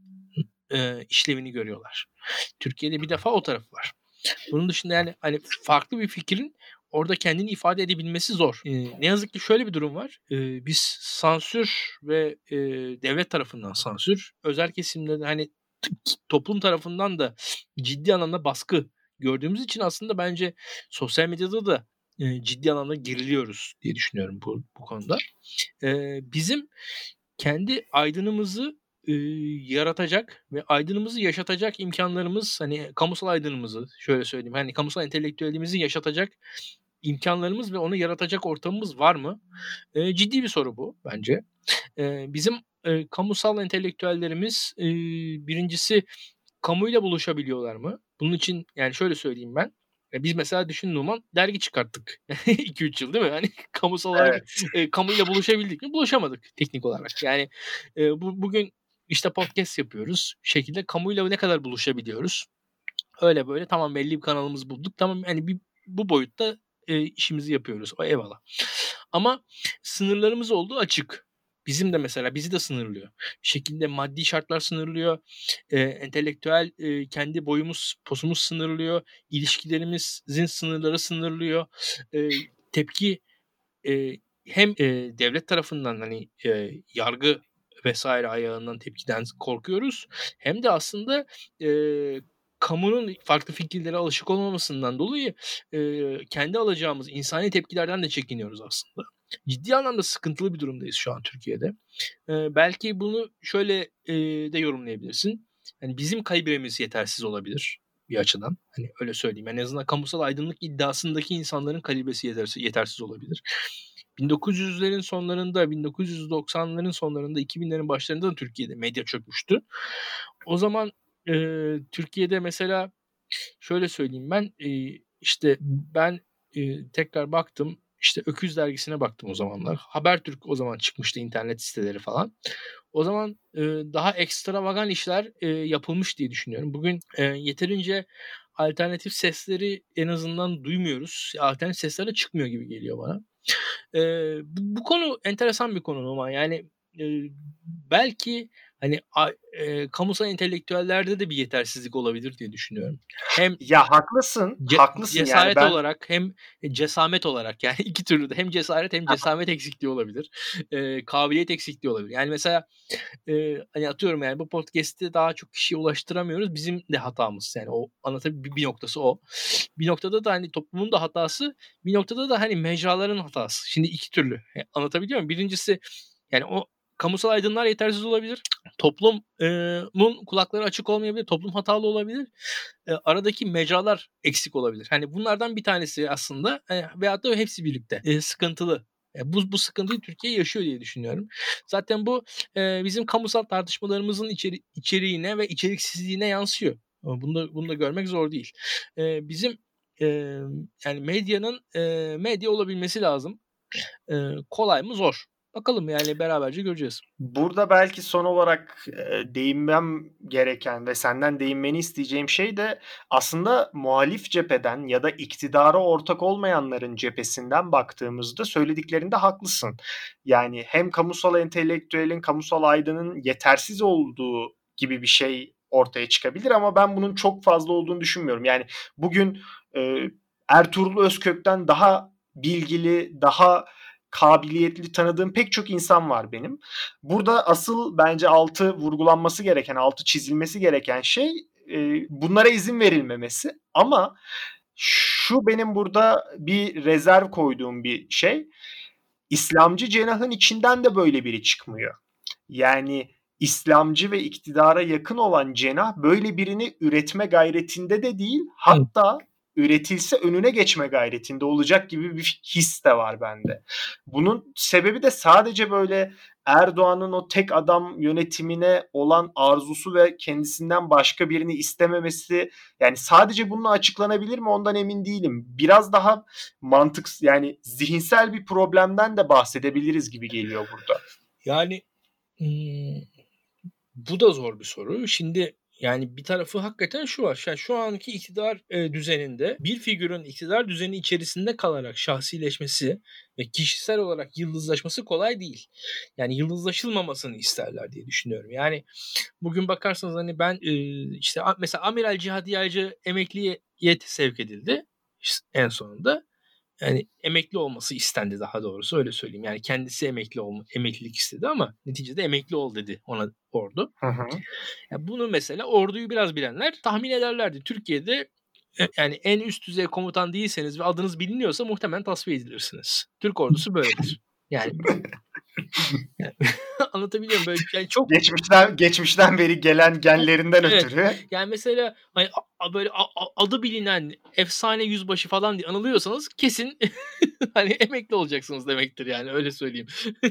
e, işlevini görüyorlar. Türkiye'de bir defa o taraf var. Bunun dışında yani hani farklı bir fikrin orada kendini ifade edebilmesi zor. Ee, ne yazık ki şöyle bir durum var. Ee, biz sansür ve e, devlet tarafından sansür, özel kesimde de hani t- toplum tarafından da ciddi anlamda baskı gördüğümüz için aslında bence sosyal medyada da e, ciddi anlamda geriliyoruz diye düşünüyorum bu, bu konuda. Ee, bizim kendi aydınımızı e, yaratacak ve aydınımızı yaşatacak imkanlarımız, hani kamusal aydınımızı şöyle söyleyeyim, hani kamusal entelektüelimizi yaşatacak imkanlarımız ve onu yaratacak ortamımız var mı? E, ciddi bir soru bu bence. E, bizim e, kamusal entelektüellerimiz e, birincisi kamuyla buluşabiliyorlar mı? Bunun için yani şöyle söyleyeyim ben. E, biz mesela düşün Numan, dergi çıkarttık. iki üç yıl değil mi? Hani kamusal olarak Evet. e, kamuyla buluşabildik mi? Buluşamadık teknik olarak. Yani e, bu bugün işte podcast yapıyoruz. Bir şekilde kamuyla ne kadar buluşabiliyoruz? Öyle böyle tamam, belli bir kanalımız bulduk. Tamam, hani bir, bu boyutta e, işimizi yapıyoruz. O eyvallah. Ama sınırlarımız olduğu açık. Bizim de mesela bizi de sınırlıyor. Bir şekilde maddi şartlar sınırlıyor. E, entelektüel e, kendi boyumuz, posumuz sınırlıyor. İlişkilerimizin sınırları sınırlıyor. E, tepki e, hem e, devlet tarafından hani e, yargı vesaire ayağından tepkiden korkuyoruz. Hem de aslında e, kamunun farklı fikirlere alışık olmamasından dolayı e, kendi alacağımız insani tepkilerden de çekiniyoruz aslında. Ciddi anlamda sıkıntılı bir durumdayız şu an Türkiye'de. E, belki bunu şöyle e, de yorumlayabilirsin. Yani bizim kalibremiz yetersiz olabilir bir açıdan. Hani öyle söyleyeyim. En azından kamusal aydınlık iddiasındaki insanların kalibresi yetersiz, yetersiz olabilir. bin dokuz yüzlerin sonlarında, bin dokuz yüz doksanların sonlarında, iki binlerin başlarında da Türkiye'de medya çökmüştü. O zaman e, Türkiye'de mesela şöyle söyleyeyim ben, e, işte ben e, tekrar baktım, işte Öküz dergisine baktım o zamanlar. Habertürk o zaman çıkmıştı, internet siteleri falan. O zaman e, daha ekstravagan işler e, yapılmış diye düşünüyorum. Bugün e, yeterince alternatif sesleri en azından duymuyoruz. Alternatif sesler de çıkmıyor gibi geliyor bana. E, bu, bu konu enteresan bir konu ama yani e, belki hani a, e, kamusal entelektüellerde de bir yetersizlik olabilir diye düşünüyorum. Hem Ya haklısın, ce, haklısın yani cesaret ben olarak hem cesamet olarak yani iki türlü de hem cesaret hem cesamet eksikliği olabilir. E, kabiliyet eksikliği olabilir. Yani mesela e, hani atıyorum yani bu podcast'i daha çok kişiye ulaştıramıyoruz. Bizim de hatamız yani o anlatabilir bir, bir noktası o. Bir noktada da hani toplumun da hatası, bir noktada da hani mecraların hatası. Şimdi iki türlü. Yani anlatabiliyor muyum? Birincisi yani o kamusal aydınlar yetersiz olabilir. Toplumun kulakları açık olmayabilir. Toplum hatalı olabilir. E, aradaki mecralar eksik olabilir. Hani bunlardan bir tanesi aslında e, veyahut da hepsi birlikte e, sıkıntılı. E, bu, bu sıkıntıyı Türkiye yaşıyor diye düşünüyorum. Zaten bu e, bizim kamusal tartışmalarımızın içeri, içeriğine ve içeriksizliğine yansıyor. Bunu da, bunu da görmek zor değil. E, bizim e, yani medyanın e, medya olabilmesi lazım. E, kolay mı? Zor. Bakalım yani beraberce göreceğiz. Burada belki son olarak e, değinmem gereken ve senden değinmeni isteyeceğim şey de aslında muhalif cepheden ya da iktidara ortak olmayanların cephesinden baktığımızda söylediklerinde haklısın. Yani hem kamusal entelektüelin, kamusal aydının yetersiz olduğu gibi bir şey ortaya çıkabilir ama ben bunun çok fazla olduğunu düşünmüyorum. Yani bugün e, Ertuğrul Özkök'ten daha bilgili, daha kabiliyetli tanıdığım pek çok insan var benim. Burada asıl bence altı vurgulanması gereken, altı çizilmesi gereken şey e, bunlara izin verilmemesi. Ama şu benim burada bir rezerv koyduğum bir şey. İslamcı cenahın içinden de böyle biri çıkmıyor. Yani İslamcı ve iktidara yakın olan cenah böyle birini üretme gayretinde de değil, hatta üretilse önüne geçme gayretinde olacak gibi bir his de var bende. Bunun sebebi de sadece böyle Erdoğan'ın o tek adam yönetimine olan arzusu ve kendisinden başka birini istememesi, yani sadece bununla açıklanabilir mi ondan emin değilim. Biraz daha mantık, yani zihinsel bir problemden de bahsedebiliriz gibi geliyor burada. Yani hmm, bu da zor bir soru. Şimdi yani bir tarafı hakikaten şu var. Yani şu anki iktidar e, düzeninde bir figürün iktidar düzeni içerisinde kalarak şahsileşmesi ve kişisel olarak yıldızlaşması kolay değil. Yani yıldızlaşılmamasını isterler diye düşünüyorum. Yani bugün bakarsanız hani ben e, işte mesela Amiral Cihat Yaycı emekliye sevk edildi işte en sonunda. Yani emekli olması istendi daha doğrusu öyle söyleyeyim. Yani kendisi emekli olma, emeklilik istedi ama neticede emekli ol dedi ona ordu. Hı hı. Yani bunu mesela orduyu biraz bilenler tahmin ederlerdi. Türkiye'de yani en üst düzey komutan değilseniz ve adınız biliniyorsa muhtemelen tasfiye edilirsiniz. Türk ordusu böyledir. Yani, yani anlatabiliyor muyum? Böyle yani çok geçmişten geçmişten beri gelen genlerinden evet. ötürü. Yani mesela hani böyle adı bilinen efsane yüzbaşı falan diye anılıyorsanız kesin hani emekli olacaksınız demektir yani öyle söyleyeyim.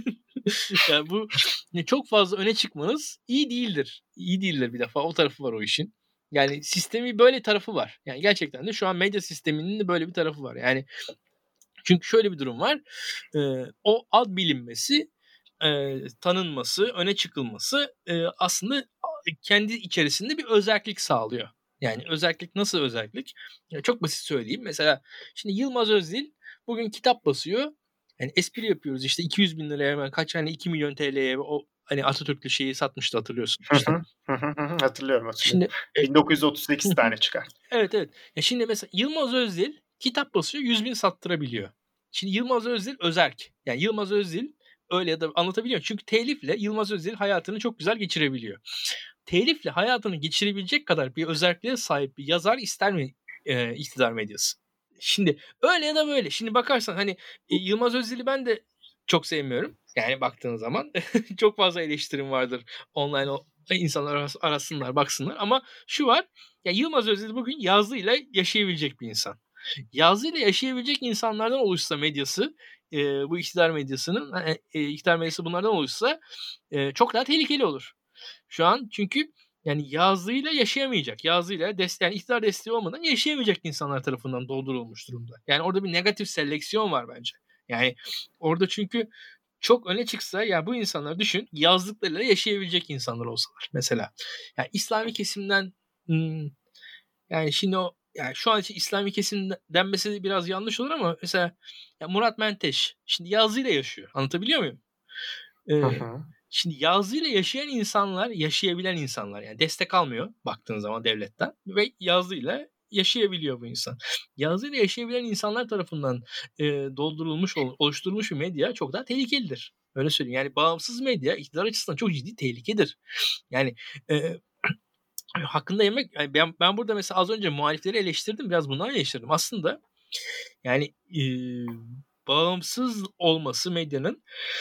Yani bu çok fazla öne çıkmanız iyi değildir. İyi değildir bir defa. O tarafı var o işin. Yani sistemi böyle tarafı var. Yani gerçekten de şu an medya sisteminin de böyle bir tarafı var. Yani çünkü şöyle bir durum var. Ee, o ad bilinmesi, e, tanınması, öne çıkılması e, aslında kendi içerisinde bir özellik sağlıyor. Yani özellik nasıl özellik? Ya çok basit söyleyeyim. Mesela şimdi Yılmaz Özdil bugün kitap basıyor. Yani espri yapıyoruz işte iki yüz bin liraya hemen kaç hani iki milyon T L'ye o hani Atatürk'lü şeyi satmıştı hatırlıyorsun Hı işte. hı, hı hı, hı. Hatırlıyorum hatırlıyorum. Şimdi e, bin dokuz yüz otuz sekiz tane çıkar. evet evet. Ya şimdi mesela Yılmaz Özdil kitap basıyor yüz bin sattırabiliyor. Şimdi Yılmaz Özdil özerk. Yani Yılmaz Özdil öyle ya da anlatabiliyor. Çünkü telifle Yılmaz Özdil hayatını çok güzel geçirebiliyor. Telifle hayatını geçirebilecek kadar bir özerkliğe sahip bir yazar ister mi e, iktidar medyası? Şimdi öyle ya da böyle. Şimdi bakarsan hani e, Yılmaz Özdil'i ben de çok sevmiyorum. Yani baktığın zaman çok fazla eleştirim vardır online o insanlar arasınlar baksınlar ama şu var ya Yılmaz Özdil bugün yazıyla yaşayabilecek bir insan. Yazıyla yaşayabilecek insanlardan oluşsa medyası e, bu iktidar medyasının e, e, iktidar medyası bunlardan oluşsa e, çok daha tehlikeli olur. Şu an çünkü yani yazıyla yaşayamayacak. Yazıyla des yani iktidar desteği olmadan yaşayamayacak insanlar tarafından doldurulmuş durumda. Yani orada bir negatif seleksiyon var bence. Yani orada çünkü çok öne çıksa ya bu insanlar düşün yazdıklarıyla yaşayabilecek insanlar olsalar mesela. Yani İslami kesimden hmm, yani şimdi o yani şu an için İslami kesim denmesi biraz yanlış olur ama mesela ya Murat Menteş şimdi yazıyla yaşıyor. Anlatabiliyor muyum? Hı Ee, hı. Şimdi yazıyla yaşayan insanlar, yaşayabilen insanlar. Yani destek almıyor baktığın zaman devletten ve yazıyla yaşayabiliyor bu insan. Yazıyla yaşayabilen insanlar tarafından e, doldurulmuş, oluşturulmuş bir medya çok daha tehlikelidir. Öyle söyleyeyim. Yani bağımsız medya iktidar açısından çok ciddi tehlikedir. Yani e, hakkında yemek yani ben, ben burada mesela az önce muhalifleri eleştirdim. Biraz bundan eleştirdim. Aslında yani e, bağımsız olması medyanın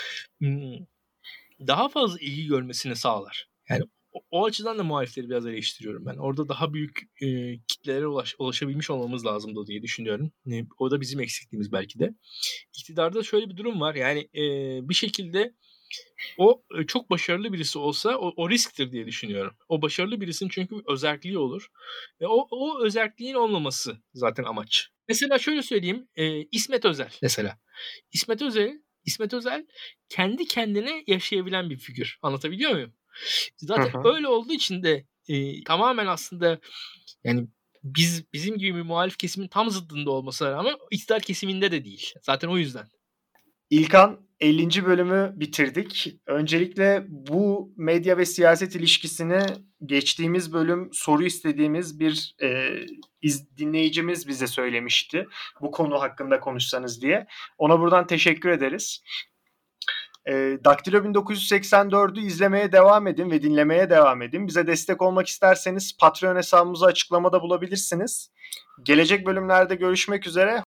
daha fazla ilgi görmesini sağlar. Yani o, o açıdan da muhalifleri biraz eleştiriyorum ben. Orada daha büyük e, kitlelere ulaş, ulaşabilmiş olmamız lazımdı diye düşünüyorum. E, o da bizim eksikliğimiz belki de. İktidarda şöyle bir durum var. Yani e, bir şekilde o e, çok başarılı birisi olsa o, o risktir diye düşünüyorum. O başarılı birisinin çünkü bir özelliği olur. Ve o, o özelliğin olmaması zaten amaç. Mesela şöyle söyleyeyim. E, İsmet Özel mesela. İsmet Özel İsmet Özel kendi kendine yaşayabilen bir figür. Anlatabiliyor muyum? Zaten Hı hı. öyle olduğu için de e, tamamen aslında yani biz bizim gibi bir muhalif kesimin tam zıddında olmasına rağmen iktidar kesiminde de değil. Zaten o yüzden. İlkan, ellinci bölümü bitirdik. Öncelikle bu medya ve siyaset ilişkisini geçtiğimiz bölüm soru istediğimiz bir e, iz, dinleyicimiz bize söylemişti. Bu konu hakkında konuşsanız diye. Ona buradan teşekkür ederiz. E, Daktilo bin dokuz yüz seksen dördü izlemeye devam edin ve dinlemeye devam edin. Bize destek olmak isterseniz Patreon hesabımızı açıklamada bulabilirsiniz. Gelecek bölümlerde görüşmek üzere.